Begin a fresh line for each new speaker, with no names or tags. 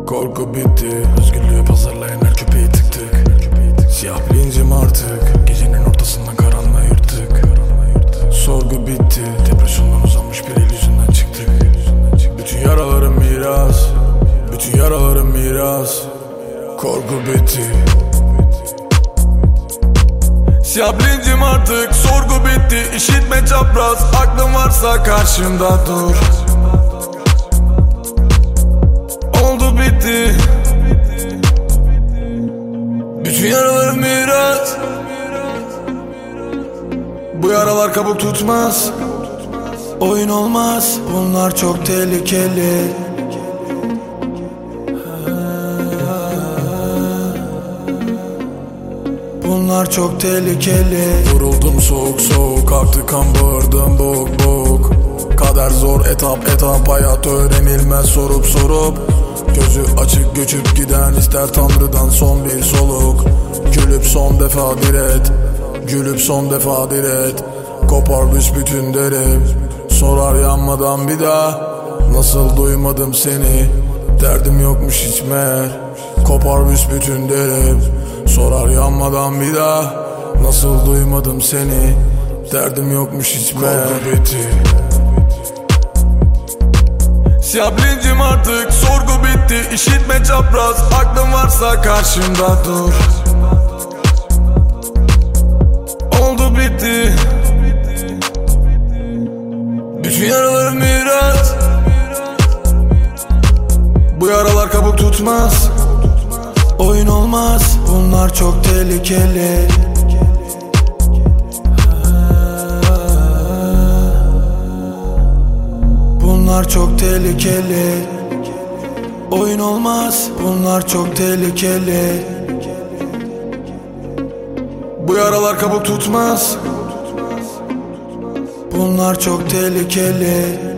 Korku bitti, özgürlüğü pazarlayan her köpeği tık tık. Siyah bilincim artık, gecenin ortasından karanlığa yırttık. Sorgu bitti, depresyondan uzanmış bir el yüzünden çıktık. Bütün yaralarım miras, bütün yaralarım miras. Korku bitti. Siyah bilincim artık, sorgu bitti. İşitme çapraz, aklın varsa karşımda dur. Oldu bitti. Bütün yaralarım miras. Bu yaralar kabuk tutmaz. Oyun olmaz, bunlar çok tehlikeli. Bunlar çok tehlikeli. Vuruldum soğuk soğuk, aktı kan bağırdım bok bok. Kader zor etap etap, hayat öğrenilmez sorup sorup. Gözü açık göçüp giden ister Tanrı'dan son bir soluk. Gülüp son defa diret, gülüp son defa diret. Kopar büsbütün derim, sorar yanmadan bir daha. Nasıl duymadım seni, derdim yokmuş hiç meğer. Kopar büsbütün derim, sorar yanmadan bir daha. Nasıl duymadım seni, derdim yokmuş hiç meğer. Korku bitti. Siyah bilincim artık, sorgu bitti. İşitme çapraz, aklın varsa karşımda dur. Oldu bitti. Bütün yaralarım miras. Bu yaralar kabuk tutmaz. Oyun olmaz, bunlar çok tehlikeli. Bunlar çok tehlikeli. Oyun olmaz, bunlar çok tehlikeli. Bu yaralar kabuk tutmaz. Bunlar çok tehlikeli.